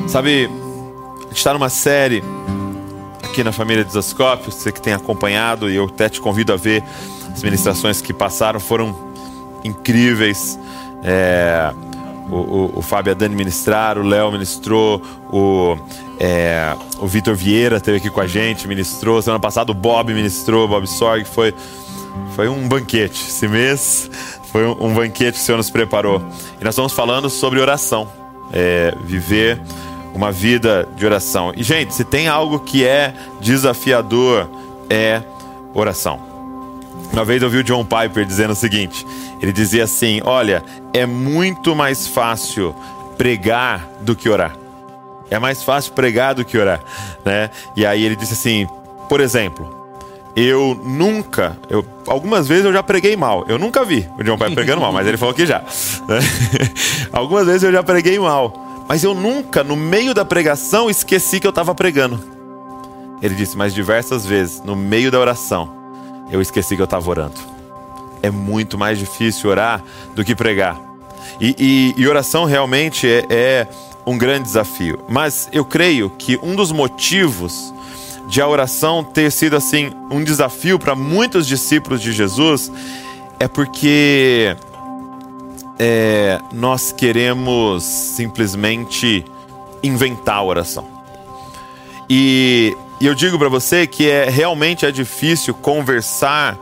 Sabe, a gente está numa série aqui na família de Zascope, você que tem acompanhado, e eu até te convido a ver as ministrações que passaram, foram incríveis. O Fábio e a Dani ministraram, o Léo ministrou, o Vitor Vieira esteve aqui com a gente, ministrou. Semana passada o Bob ministrou, Bob Sorg. Foi um banquete. Esse mês foi um banquete que o Senhor nos preparou. E nós estamos falando sobre oração, viver uma vida de oração. E, gente, se tem algo que é desafiador, é oração. Uma vez eu ouvi o John Piper dizendo o seguinte, ele dizia assim: olha, é muito mais fácil pregar do que orar. É mais fácil pregar do que orar, né? E aí ele disse assim, por exemplo, algumas vezes eu já preguei mal. Eu nunca vi o John Piper pregando mal, mas ele falou que já, né? Algumas vezes eu já preguei mal, mas eu nunca, no meio da pregação, esqueci que eu estava pregando. Ele disse, mas diversas vezes, no meio da oração, eu esqueci que eu estava orando. É muito mais difícil orar do que pregar. E oração realmente é um grande desafio. Mas eu creio que um dos motivos de a oração ter sido assim um desafio para muitos discípulos de Jesus é porque nós queremos simplesmente inventar a oração. E eu digo para você que realmente é difícil conversar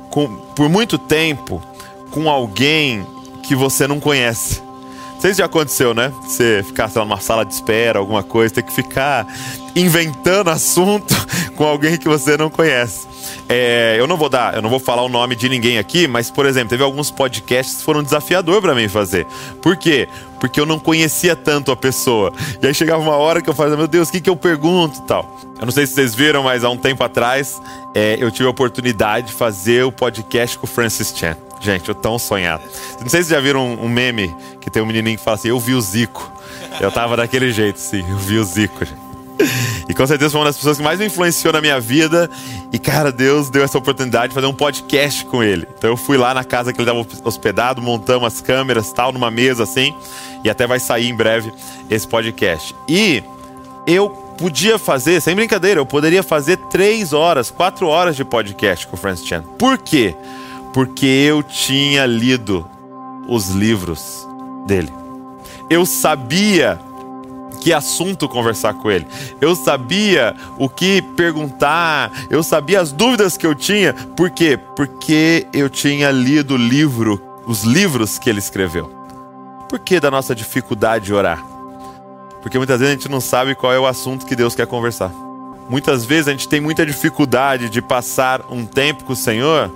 por muito tempo com alguém que você não conhece. Não sei se já aconteceu, né? Você ficar, sei lá, numa sala de espera, alguma coisa, ter que ficar inventando assunto com alguém que você não conhece. Eu não vou falar o nome de ninguém aqui, mas, por exemplo, teve alguns podcasts que foram desafiador para mim fazer. Por quê? Porque eu não conhecia tanto a pessoa. E aí chegava uma hora que eu falava, meu Deus, o que eu pergunto e tal. Eu não sei se vocês viram, mas há um tempo atrás eu tive a oportunidade de fazer o podcast com o Francis Chan. Gente, eu tão sonhado. Não sei se já viram um meme que tem um menininho que fala assim, eu vi o Zico. Eu tava daquele jeito, sim, eu vi o Zico, gente. E com certeza foi uma das pessoas que mais me influenciou na minha vida. E, cara, Deus deu essa oportunidade de fazer um podcast com ele. Então eu fui lá na casa que ele estava hospedado, montamos as câmeras, tal, numa mesa assim. E até vai sair em breve esse podcast. E eu podia fazer, sem brincadeira, eu poderia fazer 3 horas, 4 horas de podcast com o Francis Chan. Por quê? Porque eu tinha lido os livros dele. Eu sabia que assunto conversar com ele. Eu sabia o que perguntar. Eu sabia as dúvidas que eu tinha. Por quê? Porque eu tinha lido os livros que ele escreveu. Por que da nossa dificuldade de orar? Porque muitas vezes a gente não sabe qual é o assunto que Deus quer conversar. Muitas vezes a gente tem muita dificuldade de passar um tempo com o Senhor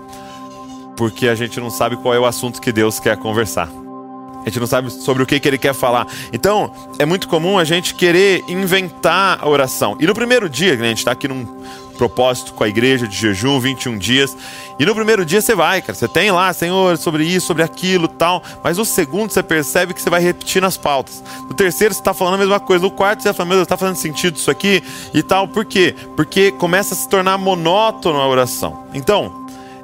porque a gente não sabe qual é o assunto que Deus quer conversar. A gente não sabe sobre o que Ele quer falar. Então, é muito comum a gente querer inventar a oração. E no primeiro dia, né, a gente está aqui num propósito com a igreja de jejum, 21 dias. E no primeiro dia você vai, cara. Você tem lá, Senhor, sobre isso, sobre aquilo, tal. Mas no segundo você percebe que você vai repetir nas pautas. No terceiro você está falando a mesma coisa. No quarto você vai falando, meu Deus, está fazendo sentido isso aqui e tal. Por quê? Porque começa a se tornar monótono a oração. Então,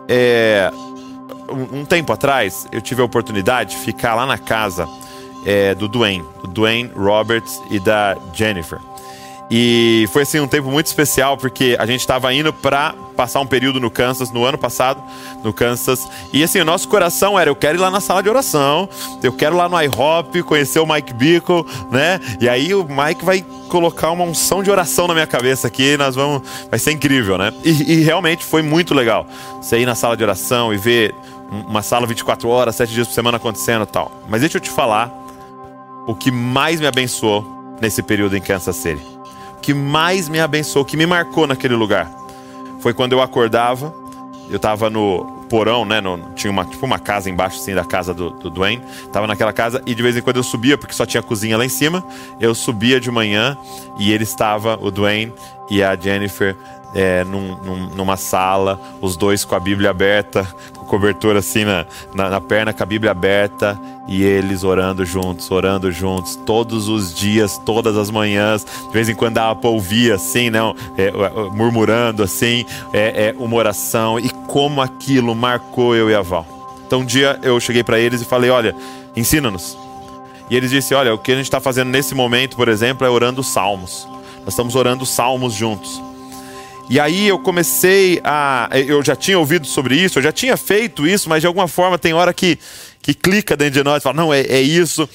um tempo atrás, eu tive a oportunidade de ficar lá na casa do Dwayne Roberts e da Jennifer. E foi assim um tempo muito especial, porque a gente estava indo para passar um período no Kansas, no ano passado, no Kansas. E assim, o nosso coração era, eu quero ir lá na sala de oração, eu quero ir lá no IHOP, conhecer o Mike Bickle, né? E aí o Mike vai colocar uma unção de oração na minha cabeça aqui, vai ser incrível, né? E realmente foi muito legal. Você ir na sala de oração e ver uma sala 24 horas, 7 dias por semana acontecendo e tal. Mas deixa eu te falar o que mais me abençoou nesse período em Kansas City. O que mais me abençoou, o que me marcou naquele lugar, foi quando eu acordava, eu tava no porão, né? Tinha uma casa embaixo assim da casa do Dwayne. Tava naquela casa e de vez em quando eu subia, porque só tinha cozinha lá em cima. Eu subia de manhã e o Dwayne e a Jennifer, numa sala, os dois com a Bíblia aberta, com o cobertor assim na perna, com a Bíblia aberta, e eles orando juntos, todos os dias, todas as manhãs. De vez em quando dava pra ouvir assim, murmurando assim, uma oração, e como aquilo marcou eu e a Val. Então um dia eu cheguei para eles e falei, olha, ensina-nos. E eles disseram, olha, o que a gente está fazendo nesse momento, por exemplo, é orando salmos. Nós estamos orando salmos juntos. E aí eu comecei eu já tinha ouvido sobre isso, eu já tinha feito isso, mas de alguma forma tem hora que clica dentro de nós, fala, não, é isso.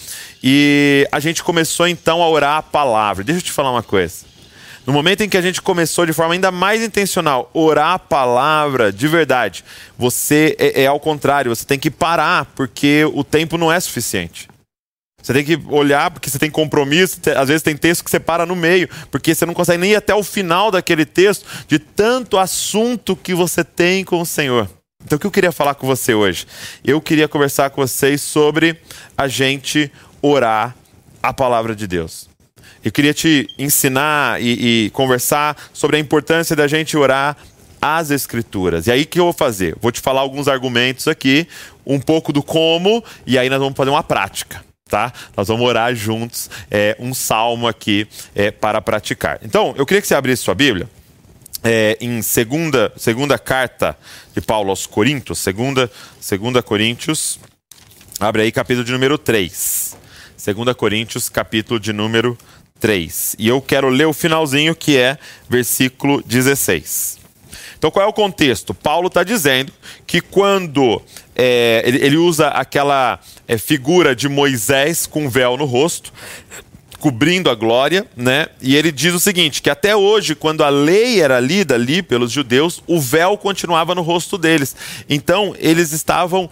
E a gente começou então a orar a palavra. Deixa eu te falar uma coisa. No momento em que a gente começou de forma ainda mais intencional, orar a palavra de verdade, você é ao contrário, você tem que parar, porque o tempo não é suficiente. Você tem que olhar, porque você tem compromisso, às vezes tem texto que você para no meio, porque você não consegue nem ir até o final daquele texto, de tanto assunto que você tem com o Senhor. Então o que eu queria falar com você hoje? Eu queria conversar com vocês sobre a gente orar a palavra de Deus. Eu queria te ensinar e conversar sobre a importância da gente orar as Escrituras. E aí o que eu vou fazer? Vou te falar alguns argumentos aqui, um pouco do como, e aí nós vamos fazer uma prática. Tá? Nós vamos orar juntos um salmo aqui para praticar. Então, eu queria que você abrisse sua Bíblia em segunda carta de Paulo aos Coríntios, segunda Coríntios, abre aí capítulo de número 3. 2 Coríntios, capítulo de número 3. E eu quero ler o finalzinho, que é versículo 16. Então, qual é o contexto? Paulo está dizendo que quando ele usa aquela figura de Moisés com véu no rosto, cobrindo a glória, né? E ele diz o seguinte, que até hoje, quando a lei era lida ali pelos judeus, o véu continuava no rosto deles. Então, eles estavam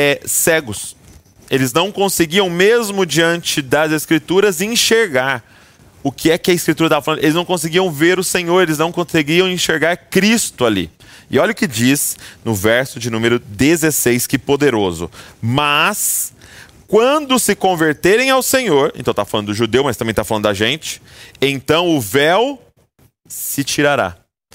cegos. Eles não conseguiam, mesmo diante das Escrituras, enxergar o que é que a Escritura estava falando. Eles não conseguiam ver o Senhor, eles não conseguiam enxergar Cristo ali. E olha o que diz no verso de número 16, que poderoso. Mas, quando se converterem ao Senhor, então está falando do judeu, mas também está falando da gente, então o véu se tirará.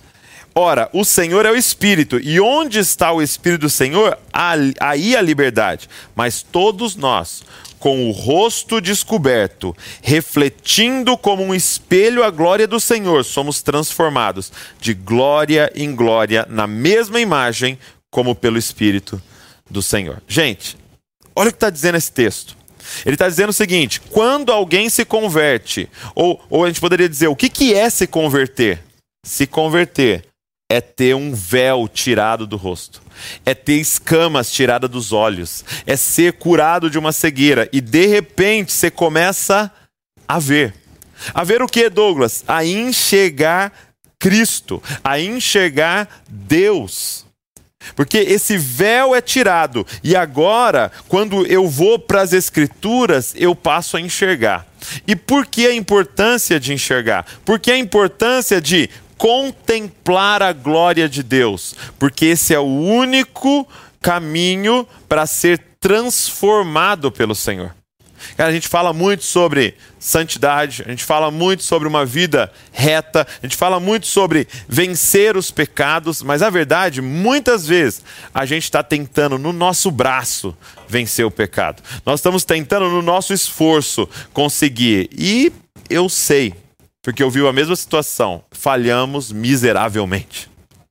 Ora, o Senhor é o Espírito, e onde está o Espírito do Senhor, aí a liberdade. Mas todos nós, com o rosto descoberto, refletindo como um espelho a glória do Senhor, somos transformados de glória em glória, na mesma imagem, como pelo Espírito do Senhor. Gente, olha o que está dizendo esse texto. Ele está dizendo o seguinte, quando alguém se converte, ou a gente poderia dizer, o que é se converter? Se converter é ter um véu tirado do rosto, é ter escamas tiradas dos olhos, é ser curado de uma cegueira e de repente você começa a ver. A ver o que, Douglas? A enxergar Cristo, a enxergar Deus. Porque esse véu é tirado e agora, quando eu vou para as Escrituras, eu passo a enxergar. E por que a importância de enxergar? Por que a importância de contemplar a glória de Deus, porque esse é o único caminho para ser transformado pelo Senhor. Cara, a gente fala muito sobre santidade, a gente fala muito sobre uma vida reta, a gente fala muito sobre vencer os pecados, mas a verdade, muitas vezes, a gente está tentando no nosso braço vencer o pecado. Nós estamos tentando no nosso esforço conseguir. E eu sei, porque eu vi a mesma situação, falhamos miseravelmente.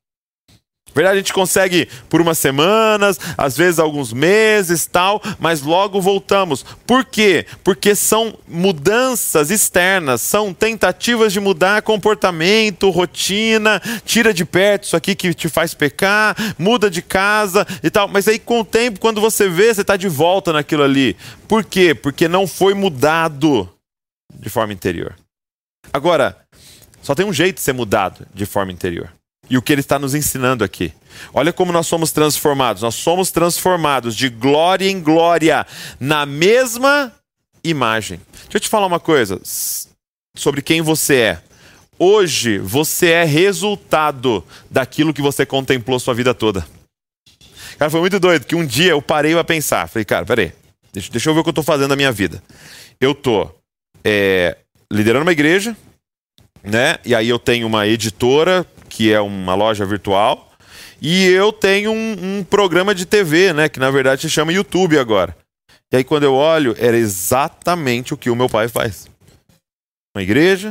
Na verdade, a gente consegue por umas semanas, às vezes alguns meses, tal, mas logo voltamos. Por quê? Porque são mudanças externas, são tentativas de mudar comportamento, rotina, tira de perto isso aqui que te faz pecar, muda de casa e tal. Mas aí com o tempo, quando você vê, você está de volta naquilo ali. Por quê? Porque não foi mudado de forma interior. Agora, só tem um jeito de ser mudado de forma interior. E o que ele está nos ensinando aqui. Olha como nós somos transformados. Nós somos transformados de glória em glória na mesma imagem. Deixa eu te falar uma coisa sobre quem você é. Hoje, você é resultado daquilo que você contemplou sua vida toda. Cara, foi muito doido, que um dia eu parei para pensar. Falei, cara, peraí, deixa eu ver o que eu estou fazendo na minha vida. Eu estou liderando uma igreja, né? E aí eu tenho uma editora, que é uma loja virtual, e eu tenho um programa de TV, né? Que na verdade se chama YouTube agora. E aí quando eu olho, era exatamente o que o meu pai faz. Uma igreja,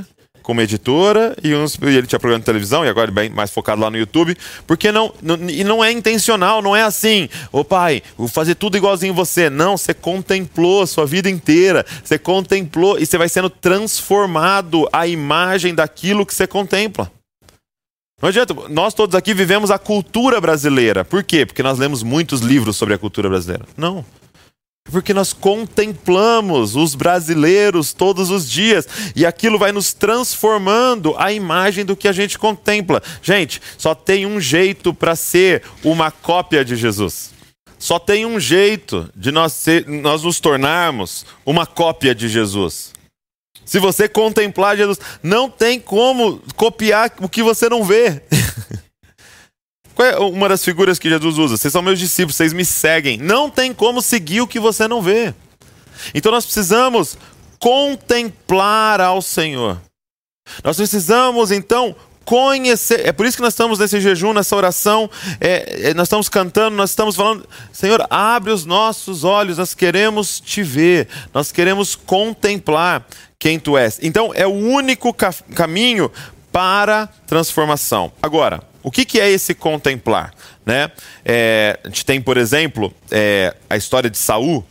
como editora e ele tinha programa de televisão e agora bem mais focado lá no YouTube, porque e não é intencional, não é assim, ô pai, vou fazer tudo igualzinho você. Não, você contemplou a sua vida inteira, você contemplou e você vai sendo transformado à imagem daquilo que você contempla. Não adianta, nós todos aqui vivemos a cultura brasileira. Por quê? Porque nós lemos muitos livros sobre a cultura brasileira. Não. Porque nós contemplamos os brasileiros todos os dias e aquilo vai nos transformando à imagem do que a gente contempla. Gente, só tem um jeito para ser uma cópia de Jesus. Só tem um jeito de nós nos tornarmos uma cópia de Jesus. Se você contemplar Jesus, não tem como copiar o que você não vê. Qual é uma das figuras que Jesus usa? Vocês são meus discípulos, vocês me seguem. Não tem como seguir o que você não vê. Então nós precisamos contemplar ao Senhor. Nós precisamos, então, conhecer. É por isso que nós estamos nesse jejum, nessa oração. Nós estamos cantando, nós estamos falando, Senhor, abre os nossos olhos, nós queremos te ver. Nós queremos contemplar quem tu és. Então, é o único caminho para transformação. Agora, o que é esse contemplar? Né? A gente tem, por exemplo, a história de Saulo,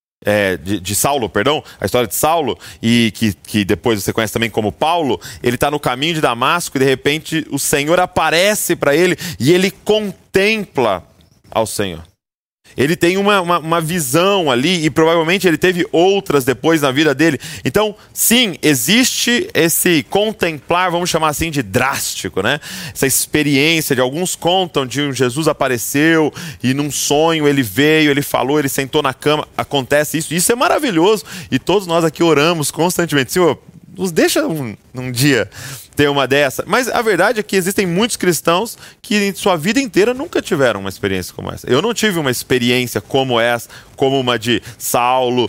a história de Saulo, e que depois você conhece também como Paulo. Ele está no caminho de Damasco e de repente o Senhor aparece para ele e ele contempla ao Senhor. Ele tem uma visão ali e provavelmente ele teve outras depois na vida dele. Então, sim, existe esse contemplar, vamos chamar assim de drástico, né? Essa experiência de alguns contam de um Jesus apareceu e num sonho ele veio, ele falou, ele sentou na cama. Acontece isso, isso é maravilhoso e todos nós aqui oramos constantemente. Senhor, nos deixa um dia ter uma dessa. Mas a verdade é que existem muitos cristãos que em sua vida inteira nunca tiveram uma experiência como essa. Eu não tive uma experiência como essa, como uma de Saulo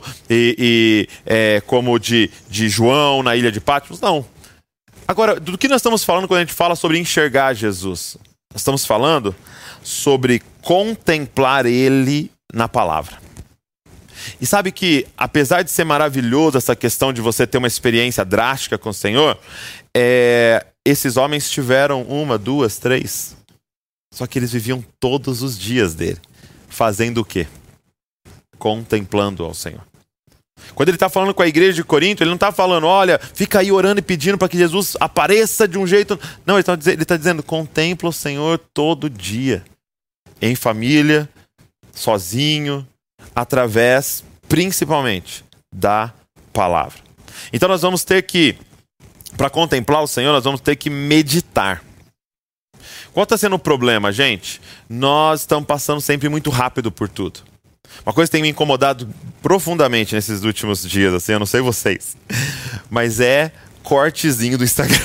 como de João na ilha de Patmos, não. Agora, do que nós estamos falando quando a gente fala sobre enxergar Jesus? Nós estamos falando sobre contemplar Ele na palavra. E sabe que, apesar de ser maravilhoso essa questão de você ter uma experiência drástica com o Senhor, esses homens tiveram 1, 2, 3. Só que eles viviam todos os dias dele. Fazendo o quê? Contemplando ao Senhor. Quando ele está falando com a igreja de Corinto, ele não está falando, olha, fica aí orando e pedindo para que Jesus apareça de um jeito... Não, ele está dizendo, contempla o Senhor todo dia. Em família, sozinho, através, principalmente, da palavra. Então nós vamos ter que, para contemplar o Senhor, nós vamos ter que meditar. Qual está sendo o problema, gente? Nós estamos passando sempre muito rápido por tudo. Uma coisa que tem me incomodado profundamente nesses últimos dias, assim, eu não sei vocês, mas é cortezinho do Instagram.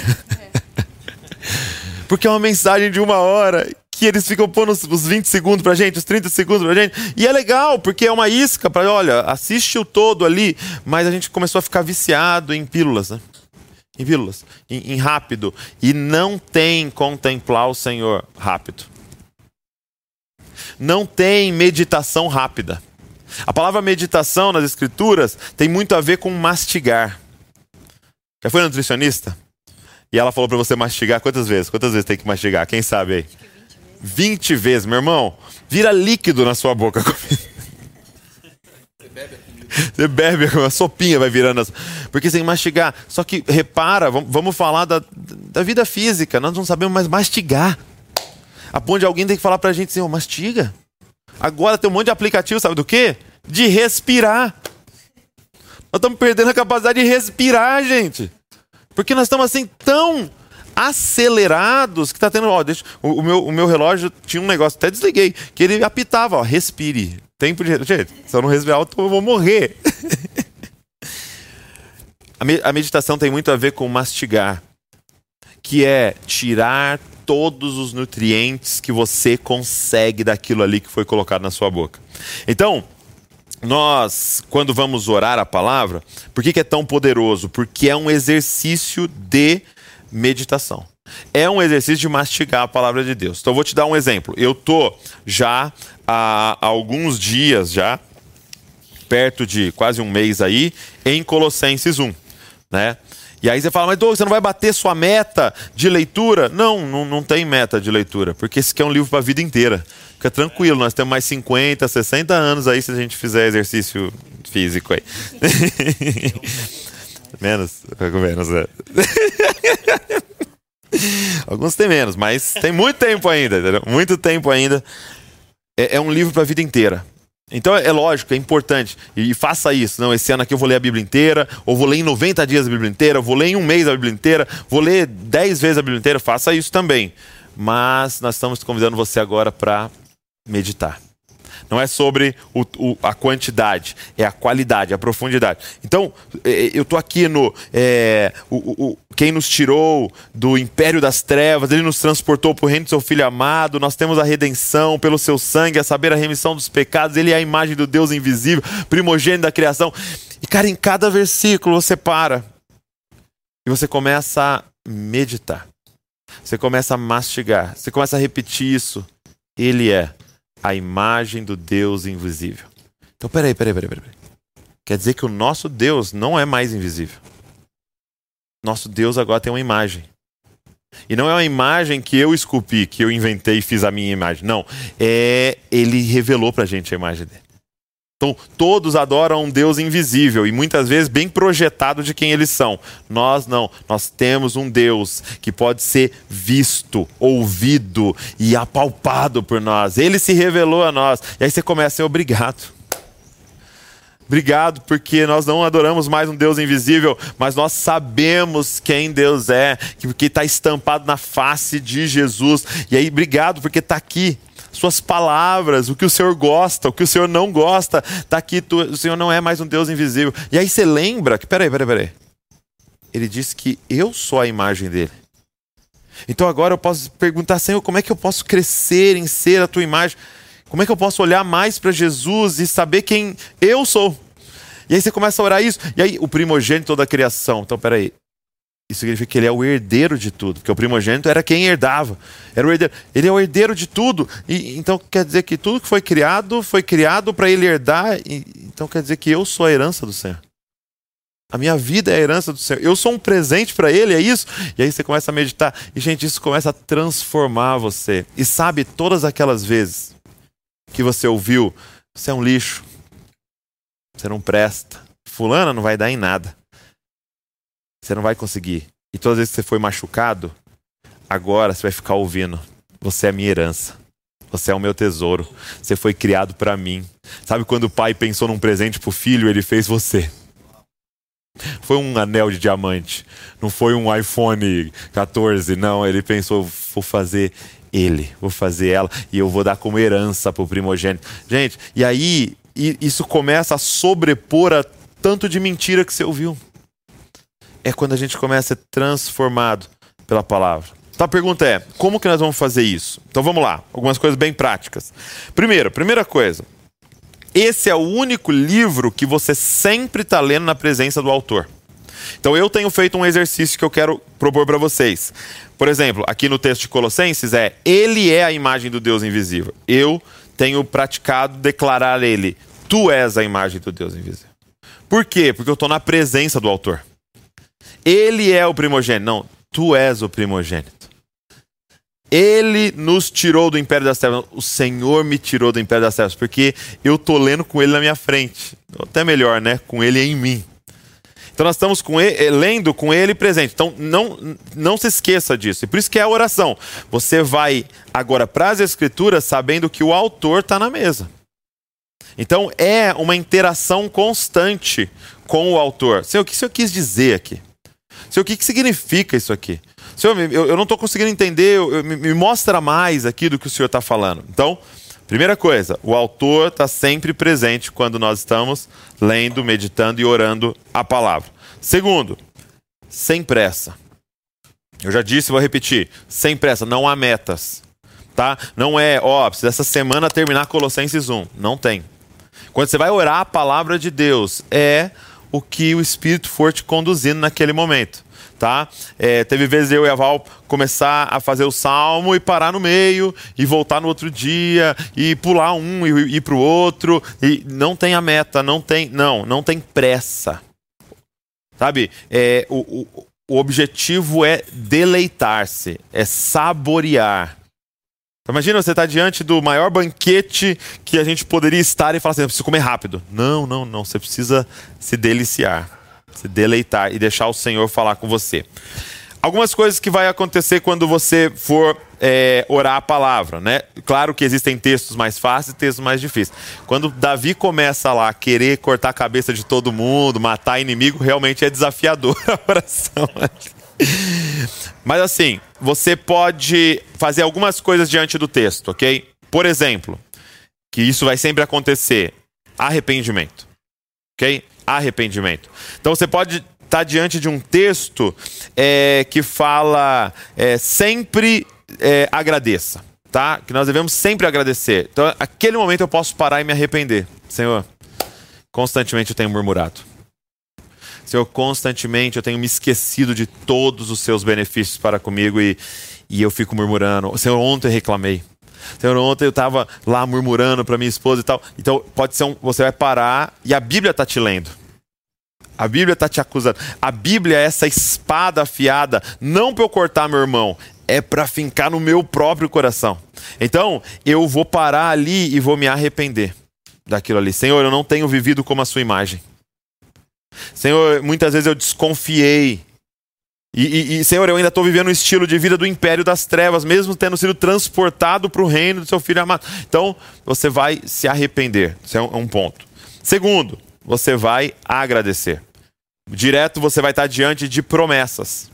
Porque é uma mensagem de 1 hora... que eles ficam pondo os 20 segundos pra gente, os 30 segundos pra gente. E é legal, porque é uma isca para, olha, assiste o todo ali. Mas a gente começou a ficar viciado em pílulas, né? Em pílulas, em rápido. E não tem contemplar o Senhor rápido. Não tem meditação rápida. A palavra meditação nas Escrituras tem muito a ver com mastigar. Já foi nutricionista? E ela falou pra você mastigar quantas vezes? Quantas vezes tem que mastigar? Quem sabe aí? 20 vezes, meu irmão. Vira líquido na sua boca. Você bebe, a sopinha vai virando. Porque sem mastigar. Só que, repara, vamos falar da vida física. Nós não sabemos mais mastigar. A ponto de alguém tem que falar pra gente assim, mastiga. Agora tem um monte de aplicativo, sabe do quê? De respirar. Nós estamos perdendo a capacidade de respirar, gente. Porque nós estamos assim tão... acelerados, que tá tendo, o meu relógio tinha um negócio, até desliguei, que ele apitava, respire, tempo de, gente, se eu não respirar eu vou morrer. A meditação tem muito a ver com mastigar, que é tirar todos os nutrientes que você consegue daquilo ali que foi colocado na sua boca. Então, nós, quando vamos orar a palavra, por que é tão poderoso? Porque é um exercício de meditação. É um exercício de mastigar a palavra de Deus. Então eu vou te dar um exemplo. Eu tô já há alguns dias já, perto de quase um mês aí, em Colossenses 1. né? E aí você fala, mas Douglas, você não vai bater sua meta de leitura? Não tem meta de leitura, porque esse aqui é um livro para a vida inteira. Fica tranquilo, nós temos mais 50, 60 anos aí se a gente fizer exercício físico aí. Menos, né? Alguns tem menos, mas tem muito tempo ainda, entendeu? Muito tempo ainda. É um livro para a vida inteira. Então é lógico, é importante. E faça isso. Não, esse ano aqui eu vou ler a Bíblia inteira, ou vou ler em 90 dias a Bíblia inteira, vou ler em um mês a Bíblia inteira, vou ler 10 vezes a Bíblia inteira. Faça isso também. Mas nós estamos convidando você agora para meditar. Não é sobre a quantidade, é a qualidade, a profundidade. Então, eu estou aqui no... quem nos tirou do império das trevas, ele nos transportou para o reino do seu Filho amado, nós temos a redenção pelo seu sangue, a saber, a remissão dos pecados, ele é a imagem do Deus invisível, primogênito da criação. E, cara, em cada versículo você para e você começa a meditar. Você começa a mastigar, você começa a repetir isso. Ele é a imagem do Deus invisível. Então, peraí. Quer dizer que o nosso Deus não é mais invisível. Nosso Deus agora tem uma imagem. E não é uma imagem que eu esculpi, que eu inventei e fiz a minha imagem. Não. Ele revelou pra gente a imagem dele. Então, todos adoram um Deus invisível e muitas vezes bem projetado de quem eles são. Nós não. Nós temos um Deus que pode ser visto, ouvido e apalpado por nós. Ele se revelou a nós. E aí você começa a ser obrigado. Obrigado porque nós não adoramos mais um Deus invisível, mas nós sabemos quem Deus é, que está estampado na face de Jesus. E aí, obrigado porque está aqui. Suas palavras, o que o Senhor gosta, o que o Senhor não gosta, está aqui, o Senhor não é mais um Deus invisível. E aí você lembra que, peraí. Ele disse que eu sou a imagem dele. Então agora eu posso perguntar, Senhor, como é que eu posso crescer em ser a tua imagem? Como é que eu posso olhar mais para Jesus e saber quem eu sou? E aí você começa a orar isso, e aí o primogênito da criação. Então peraí. Isso significa que ele é o herdeiro de tudo, porque o primogênito era quem herdava, era o herdeiro. Ele é o herdeiro de tudo, e então quer dizer que tudo que foi criado para ele herdar, então quer dizer que eu sou a herança do Senhor. A minha vida é a herança do Senhor. Eu sou um presente para ele, é isso? E aí você começa a meditar, e gente, isso começa a transformar você. E sabe, todas aquelas vezes que você ouviu, você é um lixo, você não presta, fulana não vai dar em nada. Você não vai conseguir. E todas as vezes que você foi machucado, agora você vai ficar ouvindo. Você é a minha herança. Você é o meu tesouro. Você foi criado para mim. Sabe quando o pai pensou num presente pro filho, ele fez você. Foi um anel de diamante. Não foi um iPhone 14. Não, ele pensou, vou fazer ele. Vou fazer ela. E eu vou dar como herança pro primogênito. Gente, e aí isso começa a sobrepor a tanto de mentira que você ouviu. É quando a gente começa a ser transformado pela palavra. Então a pergunta é, como que nós vamos fazer isso? Então vamos lá, algumas coisas bem práticas. Primeira coisa, esse é o único livro que você sempre está lendo na presença do autor. Então eu tenho feito um exercício que eu quero propor para vocês. Por exemplo, aqui no texto de Colossenses ele é a imagem do Deus invisível. Eu tenho praticado declarar ele, tu és a imagem do Deus invisível. Por quê? Porque eu estou na presença do autor. Ele é o primogênito. Não, tu és o primogênito. Ele nos tirou do império das trevas. O Senhor me tirou do império das trevas, porque eu estou lendo com ele na minha frente. Até melhor, né? Com ele em mim. Então nós estamos lendo com ele presente. Então não se esqueça disso. E por isso que é a oração. Você vai agora para as Escrituras sabendo que o autor está na mesa. Então é uma interação constante com o autor. Senhor, o que o Senhor quis dizer aqui? Senhor, o que significa isso aqui? Senhor, eu não estou conseguindo entender, me mostra mais aqui do que o Senhor está falando. Então, primeira coisa, o autor está sempre presente quando nós estamos lendo, meditando e orando a palavra. Segundo, sem pressa. Eu já disse, vou repetir, sem pressa, não há metas. Tá? Não é, precisa essa semana terminar Colossenses 1. Não tem. Quando você vai orar a palavra de Deus, é o que o Espírito for te conduzindo naquele momento, tá? Teve vezes eu e a Val começar a fazer o salmo e parar no meio, e voltar no outro dia, e pular um e ir para o outro, e não tem a meta, não tem pressa. sabe? O objetivo é deleitar-se, é saborear. Imagina você estar diante do maior banquete que a gente poderia estar e falar assim, eu preciso comer rápido. Não, você precisa se deliciar, se deleitar e deixar o Senhor falar com você. Algumas coisas que vai acontecer quando você for orar a palavra, né? Claro que existem textos mais fáceis e textos mais difíceis. Quando Davi começa lá a querer cortar a cabeça de todo mundo, matar inimigo, realmente é desafiador a oração. Mas assim, você pode fazer algumas coisas diante do texto, ok? Por exemplo, que isso vai sempre acontecer, arrependimento, ok? Arrependimento. Então você pode estar diante de um texto que fala sempre agradeça, tá? Que nós devemos sempre agradecer. Então, naquele momento eu posso parar e me arrepender. Senhor, constantemente eu tenho murmurado. Senhor, constantemente eu tenho me esquecido de todos os seus benefícios para comigo e eu fico murmurando. Senhor, ontem eu reclamei. Senhor, ontem eu estava lá murmurando para minha esposa e tal. Então, pode ser você vai parar e a Bíblia está te lendo. A Bíblia está te acusando. A Bíblia é essa espada afiada, não para eu cortar meu irmão, é para fincar no meu próprio coração. Então, eu vou parar ali e vou me arrepender daquilo ali. Senhor, eu não tenho vivido como a sua imagem. Senhor, muitas vezes eu desconfiei. E Senhor, eu ainda estou vivendo um estilo de vida do império das trevas, mesmo tendo sido transportado para o reino do seu Filho amado. Então, você vai se arrepender. Isso é um ponto. Segundo, você vai agradecer. Direto você vai estar diante de promessas.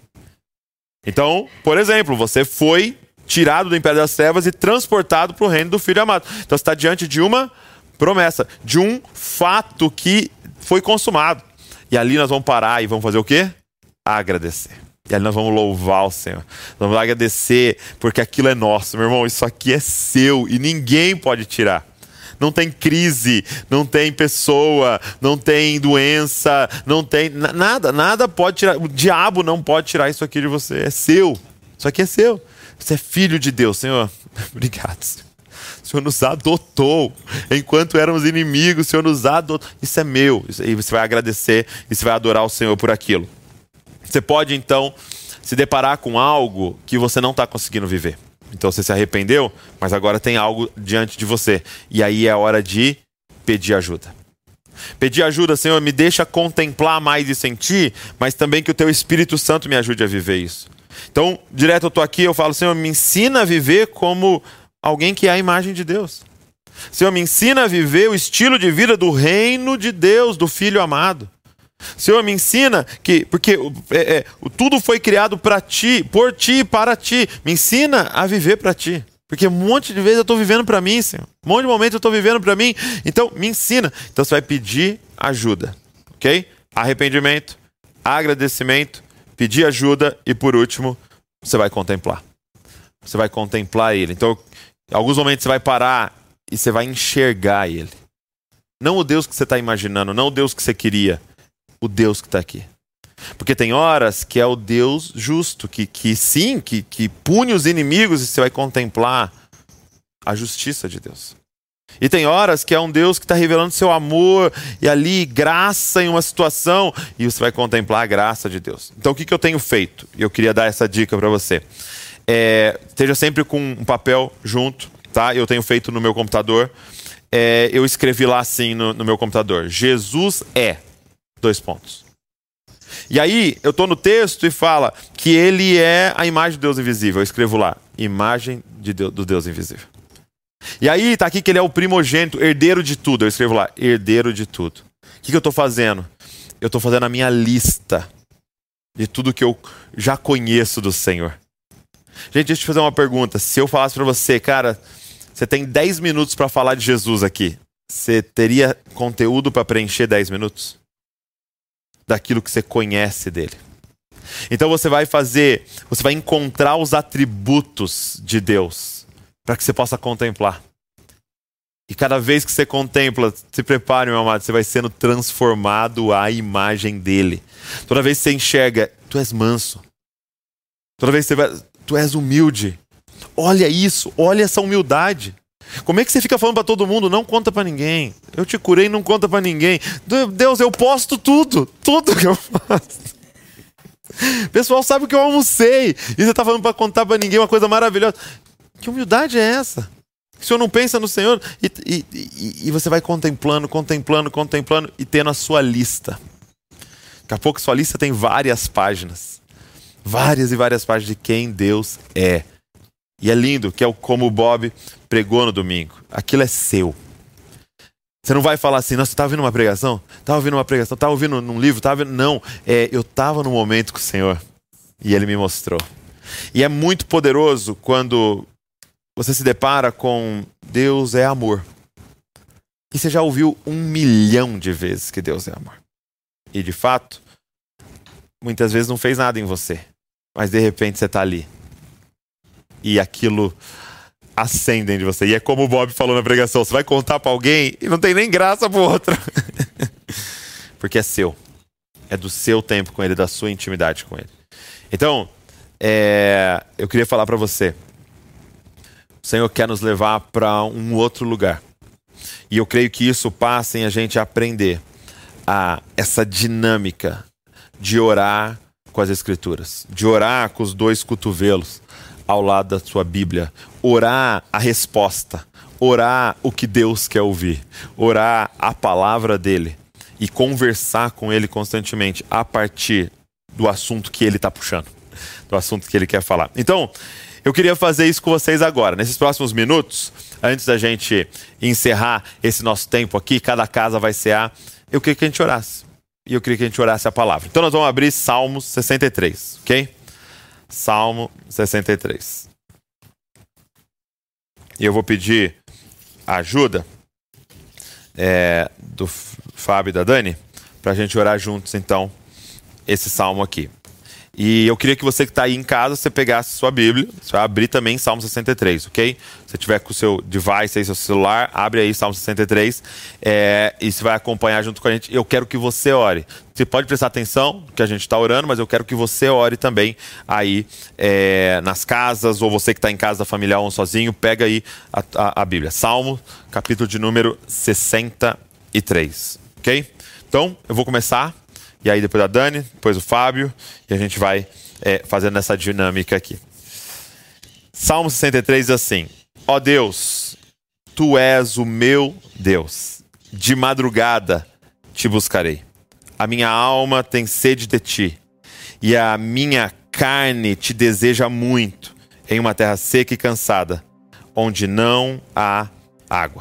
Então, por exemplo, você foi tirado do império das trevas e transportado para o reino do Filho amado. Então você está diante de uma promessa, de um fato que foi consumado. E ali nós vamos parar e vamos fazer o quê? Agradecer. E ali nós vamos louvar o Senhor. Vamos agradecer porque aquilo é nosso. Meu irmão, isso aqui é seu e ninguém pode tirar. Não tem crise, não tem pessoa, não tem doença, não tem nada pode tirar. O diabo não pode tirar isso aqui de você. É seu. Isso aqui é seu. Você é filho de Deus, Senhor. Obrigado, Senhor. O Senhor nos adotou. Enquanto éramos inimigos, o Senhor nos adotou. Isso é meu. E você vai agradecer e você vai adorar o Senhor por aquilo. Você pode, então, se deparar com algo que você não está conseguindo viver. Então você se arrependeu, mas agora tem algo diante de você. E aí é a hora de pedir ajuda. Pedir ajuda, Senhor, me deixa contemplar mais isso em Ti, mas também que o Teu Espírito Santo me ajude a viver isso. Então, direto eu estou aqui, eu falo, Senhor, me ensina a viver como alguém que é a imagem de Deus. Senhor, me ensina a viver o estilo de vida do reino de Deus, do Filho amado. Senhor, me ensina que, porque tudo foi criado para Ti, por Ti e para Ti. Me ensina a viver para Ti. Porque um monte de vezes eu estou vivendo para mim, Senhor. Um monte de momentos eu estou vivendo para mim. Então, me ensina. Então, você vai pedir ajuda. Ok? Arrependimento, agradecimento, pedir ajuda e, por último, você vai contemplar. Você vai contemplar Ele. Então, em alguns momentos você vai parar e você vai enxergar Ele. Não o Deus que você está imaginando, não o Deus que você queria. O Deus que está aqui. Porque tem horas que é o Deus justo, que pune os inimigos e você vai contemplar a justiça de Deus. E tem horas que é um Deus que está revelando seu amor e ali graça em uma situação e você vai contemplar a graça de Deus. Então o que eu tenho feito? E eu queria dar essa dica para você. Esteja sempre com um papel junto, tá? Eu tenho feito no meu computador. Eu escrevi lá assim no meu computador. Jesus é... 2 pontos. E aí, eu estou no texto e fala que ele é a imagem de Deus invisível. Eu escrevo lá, imagem de Deus, do Deus invisível. E aí, está aqui que ele é o primogênito, herdeiro de tudo. Eu escrevo lá, herdeiro de tudo. O que eu estou fazendo? Eu estou fazendo a minha lista de tudo que eu já conheço do Senhor. Gente, deixa eu te fazer uma pergunta. Se eu falasse para você, cara, você tem 10 minutos para falar de Jesus aqui, você teria conteúdo para preencher 10 minutos? Daquilo que você conhece dele. Então você vai encontrar os atributos de Deus para que você possa contemplar. E cada vez que você contempla, se prepare, meu amado, você vai sendo transformado à imagem dele. Toda vez que você enxerga, tu és manso. Toda vez que tu és humilde. Olha isso, olha essa humildade. Como é que você fica falando para todo mundo, não conta para ninguém? Eu te curei, não conta para ninguém. Deus, eu posto tudo que eu faço. O pessoal sabe que eu almocei. E você está falando para contar para ninguém uma coisa maravilhosa. Que humildade é essa? O senhor não pensa no Senhor e você vai contemplando e tendo a sua lista. Daqui a pouco sua lista tem várias páginas. Várias e várias páginas de quem Deus é. E é lindo, que é como o Bob pregou no domingo. Aquilo é seu. Você não vai falar assim, nossa, você estava ouvindo uma pregação? Estava ouvindo uma pregação? Estava ouvindo num livro? Tava ouvindo... Não, eu estava no momento com o Senhor. E Ele me mostrou. E é muito poderoso quando você se depara com Deus é amor. E você já ouviu 1 milhão de vezes que Deus é amor. E de fato, muitas vezes não fez nada em você. Mas de repente você está ali. E aquilo acende dentro de você. E é como o Bob falou na pregação, você vai contar para alguém e não tem nem graça para outra. Porque é seu. É do seu tempo com Ele, da sua intimidade com Ele. Então, eu queria falar para você. O Senhor quer nos levar para um outro lugar. E eu creio que isso passa em a gente aprender essa dinâmica de orar com as Escrituras. De orar com os 2 cotovelos ao lado da sua Bíblia. Orar a resposta. Orar o que Deus quer ouvir. Orar a palavra dEle. E conversar com Ele constantemente a partir do assunto que Ele está puxando. Do assunto que Ele quer falar. Então, eu queria fazer isso com vocês agora. Nesses próximos minutos, antes da gente encerrar esse nosso tempo aqui, cada casa vai cear, eu queria que a gente orasse. E eu queria que a gente orasse a palavra. Então nós vamos abrir Salmos 63, ok? Salmo 63. E eu vou pedir a ajuda do Fábio e da Dani para a gente orar juntos, então, esse salmo aqui. E eu queria que você que está aí em casa, você pegasse sua Bíblia, você vai abrir também Salmo 63, ok? Se você tiver com o seu device aí, seu celular, abre aí Salmo 63 e você vai acompanhar junto com a gente. Eu quero que você ore. Você pode prestar atenção no que a gente está orando, mas eu quero que você ore também aí nas casas, ou você que está em casa familiar ou sozinho, pega aí a Bíblia. Salmo, capítulo de número 63, ok? Então, eu vou começar. E aí depois a Dani, depois o Fábio, e a gente vai fazendo essa dinâmica aqui. Salmo 63 diz assim: ó Deus, Tu és o meu Deus, de madrugada te buscarei. A minha alma tem sede de Ti, e a minha carne te deseja muito, em uma terra seca e cansada, onde não há água.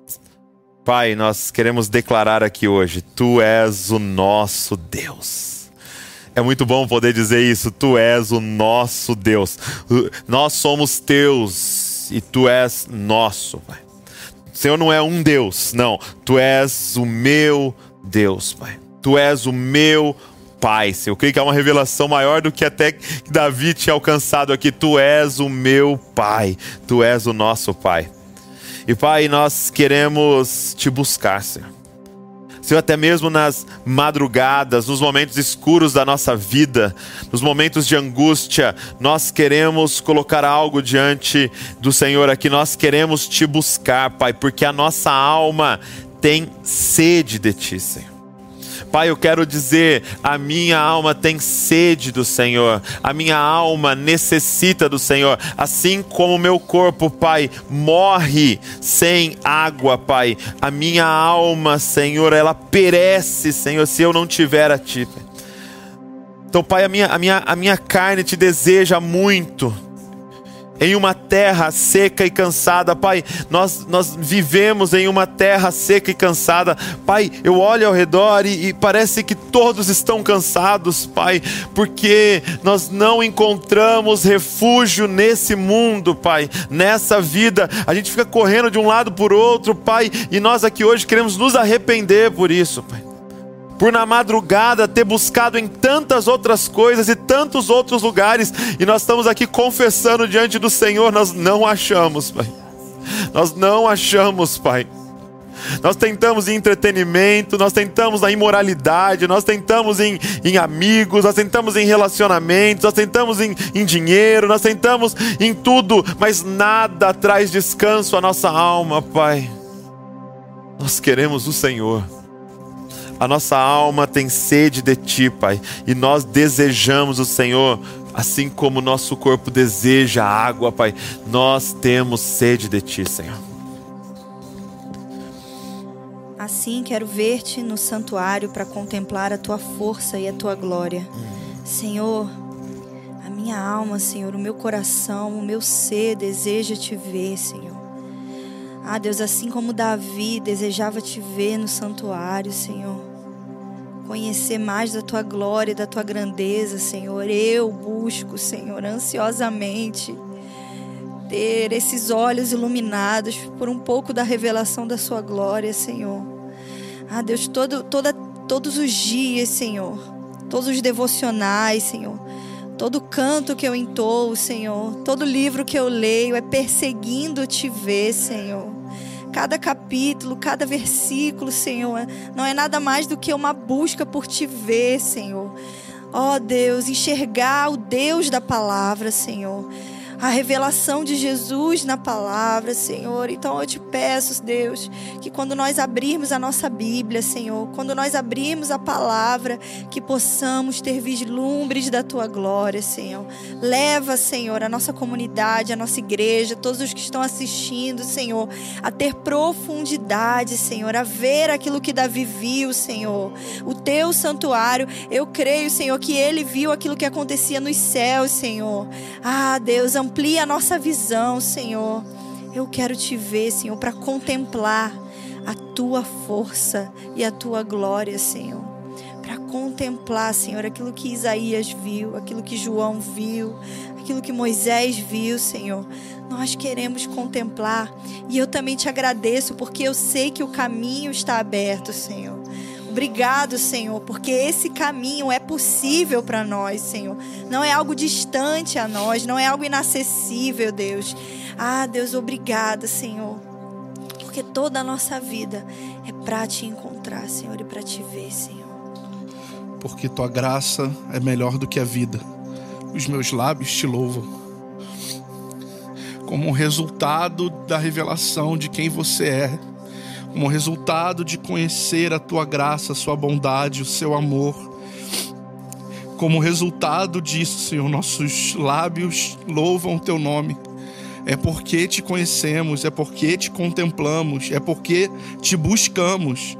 Pai, nós queremos declarar aqui hoje, Tu és o nosso Deus. É muito bom poder dizer isso, Tu és o nosso Deus. Nós somos Teus e Tu és nosso, Pai. O Senhor não é um Deus, não. Tu és o meu Deus, Pai. Tu és o meu Pai, Senhor. Eu creio que é uma revelação maior do que até que Davi tinha alcançado aqui. Tu és o meu Pai. Tu és o nosso Pai. E Pai, nós queremos Te buscar, Senhor. Senhor, até mesmo nas madrugadas, nos momentos escuros da nossa vida, nos momentos de angústia, nós queremos colocar algo diante do Senhor aqui. Nós queremos Te buscar, Pai, porque a nossa alma tem sede de Ti, Senhor. Pai, eu quero dizer, a minha alma tem sede do Senhor, a minha alma necessita do Senhor, assim como o meu corpo, Pai, morre sem água, Pai, a minha alma, Senhor, ela perece, Senhor, se eu não tiver a Ti, Pai. Então, Pai, a minha carne Te deseja muito, em uma terra seca e cansada, Pai, nós vivemos em uma terra seca e cansada, Pai, eu olho ao redor e parece que todos estão cansados, Pai, porque nós não encontramos refúgio nesse mundo, Pai, nessa vida, a gente fica correndo de um lado por outro, Pai, e nós aqui hoje queremos nos arrepender por isso, Pai. Por na madrugada ter buscado em tantas outras coisas e tantos outros lugares, e nós estamos aqui confessando diante do Senhor, nós não achamos, Pai. Nós não achamos, Pai. Nós tentamos em entretenimento, nós tentamos na imoralidade, nós tentamos em amigos, nós tentamos em relacionamentos, nós tentamos em dinheiro, nós tentamos em tudo, mas nada traz descanso à nossa alma, Pai. Nós queremos o Senhor. A nossa alma tem sede de Ti, Pai, e nós desejamos o Senhor, assim como o nosso corpo deseja a água, Pai. Nós temos sede de Ti, Senhor. Assim quero ver-te no santuário para contemplar a tua força e a tua glória. Senhor, a minha alma, Senhor, o meu coração, o meu ser deseja te ver, Senhor. Ah, Deus, assim como Davi desejava te ver no santuário, Senhor. Conhecer mais da tua glória, da tua grandeza, Senhor. Eu busco, Senhor, ansiosamente ter esses olhos iluminados por um pouco da revelação da sua glória, Senhor. Ah, Deus, todos os dias, Senhor, todos os devocionais, Senhor, todo canto que eu entoo, Senhor, todo livro que eu leio é perseguindo te ver, Senhor. Cada capítulo, cada versículo, Senhor, não é nada mais do que uma busca por te ver, Senhor. Ó Deus, enxergar o Deus da palavra, Senhor. A revelação de Jesus na palavra, Senhor. Então eu te peço, Deus, que quando nós abrirmos a nossa Bíblia, Senhor, quando nós abrirmos a palavra, que possamos ter vislumbres da tua glória, Senhor. Leva, Senhor, a nossa comunidade, a nossa igreja, todos os que estão assistindo, Senhor, a ter profundidade, Senhor, a ver aquilo que Davi viu, Senhor. O teu santuário, eu creio, Senhor, que ele viu aquilo que acontecia nos céus, Senhor. Ah, Deus, amplia a nossa visão, Senhor. Eu quero te ver, Senhor, para contemplar a tua força e a tua glória, Senhor. Para contemplar, Senhor, aquilo que Isaías viu, aquilo que João viu, aquilo que Moisés viu, Senhor. Nós queremos contemplar. E eu também te agradeço, porque eu sei que o caminho está aberto, Senhor. Obrigado, Senhor, porque esse caminho é possível para nós, Senhor. Não é algo distante a nós, não é algo inacessível, Deus. Ah, Deus, obrigada, Senhor, porque toda a nossa vida é para te encontrar, Senhor, e para te ver, Senhor. Porque tua graça é melhor do que a vida. Os meus lábios te louvam. Como um resultado da revelação de quem você é. Como resultado de conhecer a tua graça, a sua bondade, o seu amor. Como resultado disso, Senhor, nossos lábios louvam o teu nome. É porque te conhecemos, é porque te contemplamos, é porque te buscamos,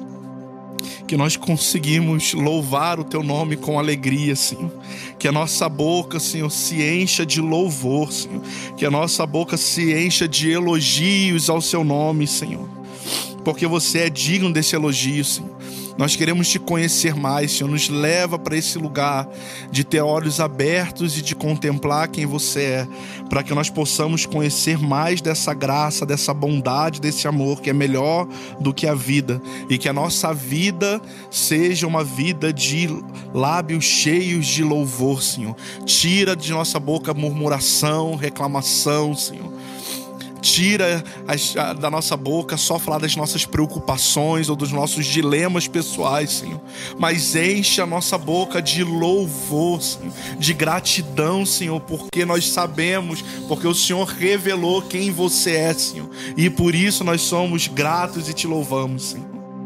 que nós conseguimos louvar o teu nome com alegria, Senhor. Que a nossa boca, Senhor, se encha de louvor, Senhor. Que a nossa boca se encha de elogios ao seu nome, Senhor. Porque você é digno desse elogio, Senhor. Nós queremos te conhecer mais, Senhor. Nos leva para esse lugar de ter olhos abertos e de contemplar quem você é, para que nós possamos conhecer mais dessa graça, dessa bondade, desse amor que é melhor do que a vida, e que a nossa vida seja uma vida de lábios cheios de louvor, Senhor. Tira de nossa boca murmuração, reclamação, Senhor. Tira da nossa boca só falar das nossas preocupações ou dos nossos dilemas pessoais, Senhor. Mas enche a nossa boca de louvor, Senhor, de gratidão, Senhor, porque nós sabemos, porque o Senhor revelou quem você é, Senhor. E por isso nós somos gratos e te louvamos, Senhor.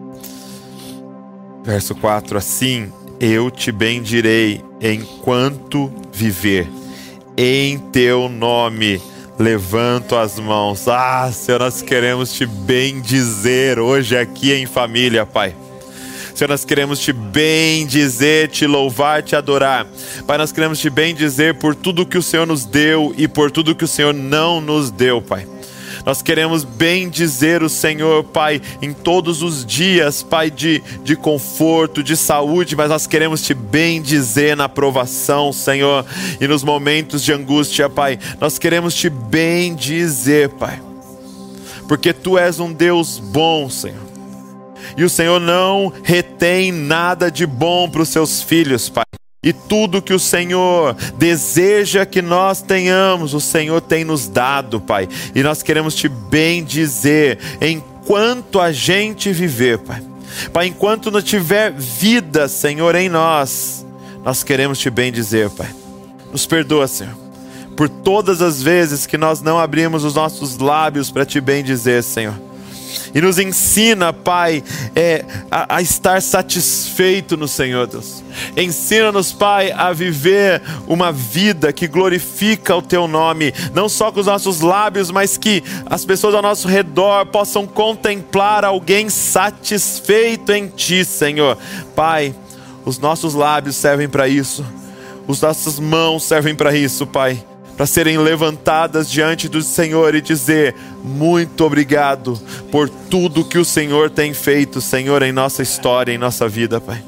Verso 4, assim eu te bendirei enquanto viver. Em teu nome levanto as mãos. Ah, Senhor, nós queremos te bendizer hoje aqui em família, Pai. Senhor, nós queremos te bendizer, te louvar, te adorar. Pai, nós queremos te bendizer por tudo que o Senhor nos deu e por tudo que o Senhor não nos deu, Pai. Nós queremos bendizer o Senhor, Pai, em todos os dias, Pai, de conforto, de saúde, mas nós queremos te bendizer na provação, Senhor, e nos momentos de angústia, Pai. Nós queremos te bendizer, Pai, porque Tu és um Deus bom, Senhor, e o Senhor não retém nada de bom para os seus filhos, Pai. E tudo que o Senhor deseja que nós tenhamos, o Senhor tem nos dado, Pai. E nós queremos te bendizer enquanto a gente viver, Pai. Pai, enquanto não tiver vida, Senhor, em nós queremos te bendizer, Pai. Nos perdoa, Senhor, por todas as vezes que nós não abrimos os nossos lábios para te bendizer, Senhor. E nos ensina, Pai, a estar satisfeito no Senhor, Deus. Ensina-nos, Pai, a viver uma vida que glorifica o Teu nome, não só com os nossos lábios, mas que as pessoas ao nosso redor possam contemplar alguém satisfeito em Ti, Senhor. Pai, os nossos lábios servem para isso, as nossas mãos servem para isso, Pai, para serem levantadas diante do Senhor e dizer: muito obrigado por tudo que o Senhor tem feito, Senhor, em nossa história, em nossa vida, Pai.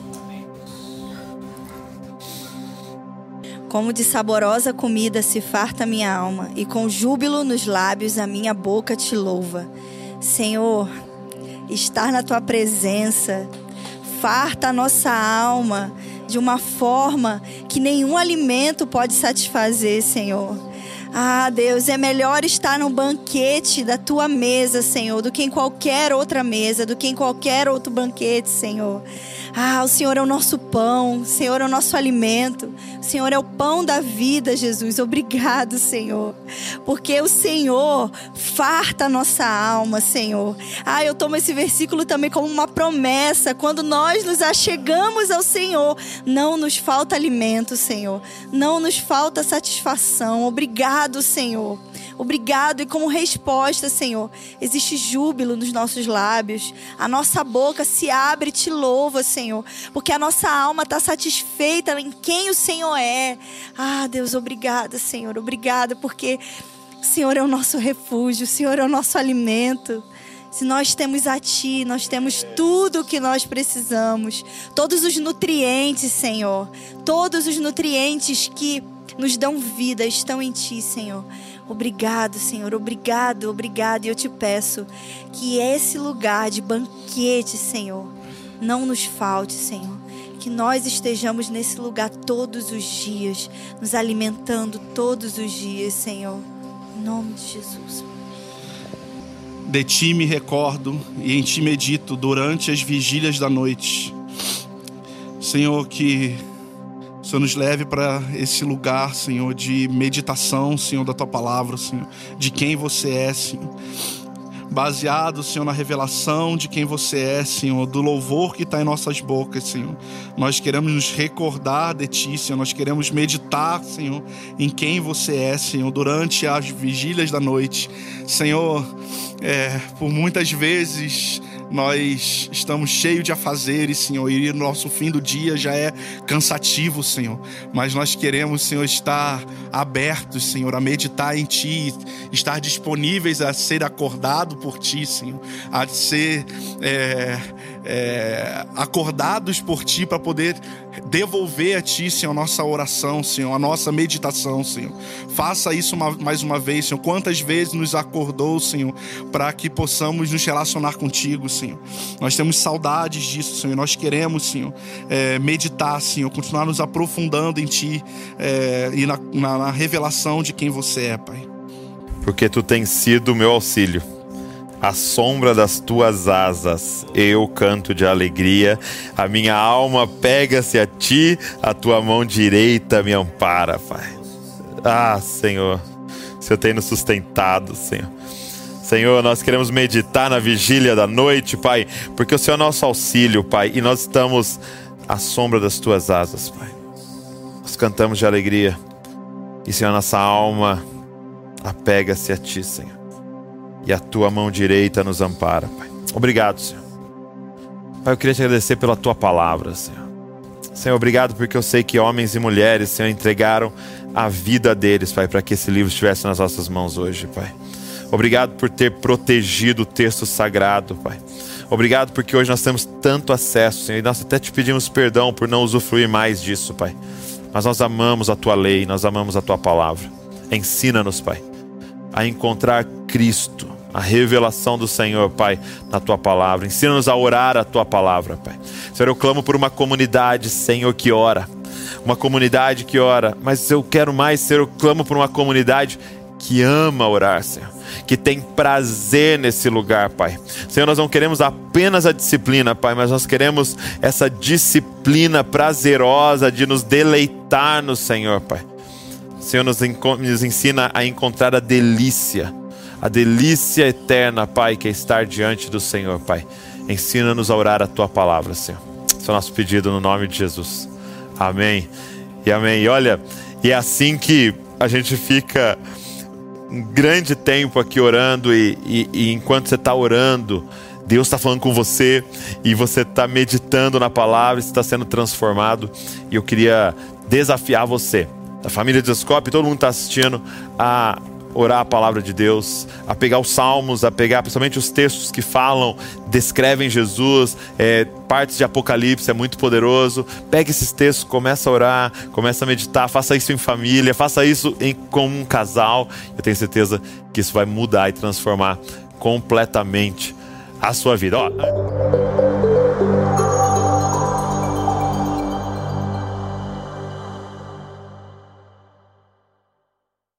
Como de saborosa comida se farta minha alma, e com júbilo nos lábios a minha boca te louva. Senhor, estar na Tua presença farta a nossa alma de uma forma que nenhum alimento pode satisfazer, Senhor. Ah, Deus, é melhor estar no banquete da Tua mesa, Senhor, do que em qualquer outra mesa, do que em qualquer outro banquete, Senhor. Ah, o Senhor é o nosso pão, o Senhor é o nosso alimento, o Senhor é o pão da vida, Jesus. Obrigado, Senhor, porque o Senhor farta a nossa alma, Senhor. Ah, eu tomo esse versículo também como uma promessa. Quando nós nos achegamos ao Senhor, não nos falta alimento, Senhor, não nos falta satisfação. Obrigado, Senhor. Obrigado, e como resposta, Senhor, existe júbilo nos nossos lábios. A nossa boca se abre e te louva, Senhor, porque a nossa alma está satisfeita em quem o Senhor é. Ah, Deus, obrigada, Senhor, obrigada, porque o Senhor é o nosso refúgio, o Senhor é o nosso alimento. Se nós temos a Ti, nós temos tudo o que nós precisamos. Todos os nutrientes, Senhor, todos os nutrientes que nos dão vida estão em Ti, Senhor. Obrigado, Senhor, obrigado, obrigado. E eu te peço que esse lugar de banquete, Senhor, não nos falte, Senhor. Que nós estejamos nesse lugar todos os dias, nos alimentando todos os dias, Senhor. Em nome de Jesus. De Ti me recordo e em Ti medito durante as vigílias da noite. Senhor, que o Senhor nos leve para esse lugar, Senhor, de meditação, Senhor, da Tua palavra, Senhor, de quem Você é, Senhor. Baseado, Senhor, na revelação de quem Você é, Senhor, do louvor que está em nossas bocas, Senhor. Nós queremos nos recordar de Ti, Senhor, nós queremos meditar, Senhor, em quem Você é, Senhor, durante as vigílias da noite. Senhor, por muitas vezes nós estamos cheios de afazeres, Senhor, e nosso fim do dia já é cansativo, Senhor. Mas nós queremos, Senhor, estar abertos, Senhor, a meditar em Ti, estar disponíveis a ser acordado por Ti, Senhor, a ser acordados por Ti para poder devolver a Ti, Senhor, a nossa oração, Senhor, a nossa meditação, Senhor. Faça isso mais uma vez, Senhor. Quantas vezes nos acordou, Senhor, para que possamos nos relacionar contigo, Senhor. Nós temos saudades disso, Senhor. Nós queremos, Senhor, meditar, Senhor, continuar nos aprofundando em Ti e na revelação de quem Você é, Pai. Porque Tu tens sido o meu auxílio. À sombra das Tuas asas eu canto de alegria. A minha alma pega-se a Ti, a Tua mão direita me ampara, Pai. Ah, Senhor, o Senhor tem nos sustentado, Senhor. Senhor, nós queremos meditar na vigília da noite, Pai, porque o Senhor é nosso auxílio, Pai, e nós estamos à sombra das Tuas asas, Pai. Nós cantamos de alegria e, Senhor, nossa alma apega-se a Ti, Senhor. E a Tua mão direita nos ampara, Pai. Obrigado, Senhor. Pai, eu queria te agradecer pela Tua palavra, Senhor. Senhor, obrigado porque eu sei que homens e mulheres, Senhor, entregaram a vida deles, Pai, para que esse livro estivesse nas nossas mãos hoje, Pai. Obrigado por ter protegido o texto sagrado, Pai. Obrigado porque hoje nós temos tanto acesso, Senhor, e nós até te pedimos perdão por não usufruir mais disso, Pai. Mas nós amamos a Tua lei, nós amamos a Tua palavra. Ensina-nos, Pai, a encontrar Cristo, a revelação do Senhor, Pai, na Tua palavra. Ensina-nos a orar a Tua palavra, Pai. Senhor, eu clamo por uma comunidade, Senhor, que ora. Uma comunidade que ora. Mas eu quero mais, Senhor, eu clamo por uma comunidade que ama orar, Senhor, que tem prazer nesse lugar, Pai. Senhor, nós não queremos apenas a disciplina, Pai, mas nós queremos essa disciplina prazerosa de nos deleitar no Senhor, Pai. Senhor, nos ensina a encontrar a delícia eterna, Pai, que é estar diante do Senhor, Pai. Ensina-nos a orar a Tua palavra, Senhor. Esse é o nosso pedido no nome de Jesus. Amém e amém. E olha, e é assim que a gente fica um grande tempo aqui orando e enquanto você está orando, Deus está falando com você e você está meditando na palavra, você está sendo transformado. E eu queria desafiar você, da família de Descope, todo mundo está assistindo, a orar a palavra de Deus, a pegar os salmos, a pegar principalmente os textos que falam, descrevem Jesus, partes de Apocalipse, é muito poderoso. Pegue esses textos, começa a orar, começa a meditar, faça isso em família, faça isso como um casal. Eu tenho certeza que isso vai mudar e transformar completamente a sua vida.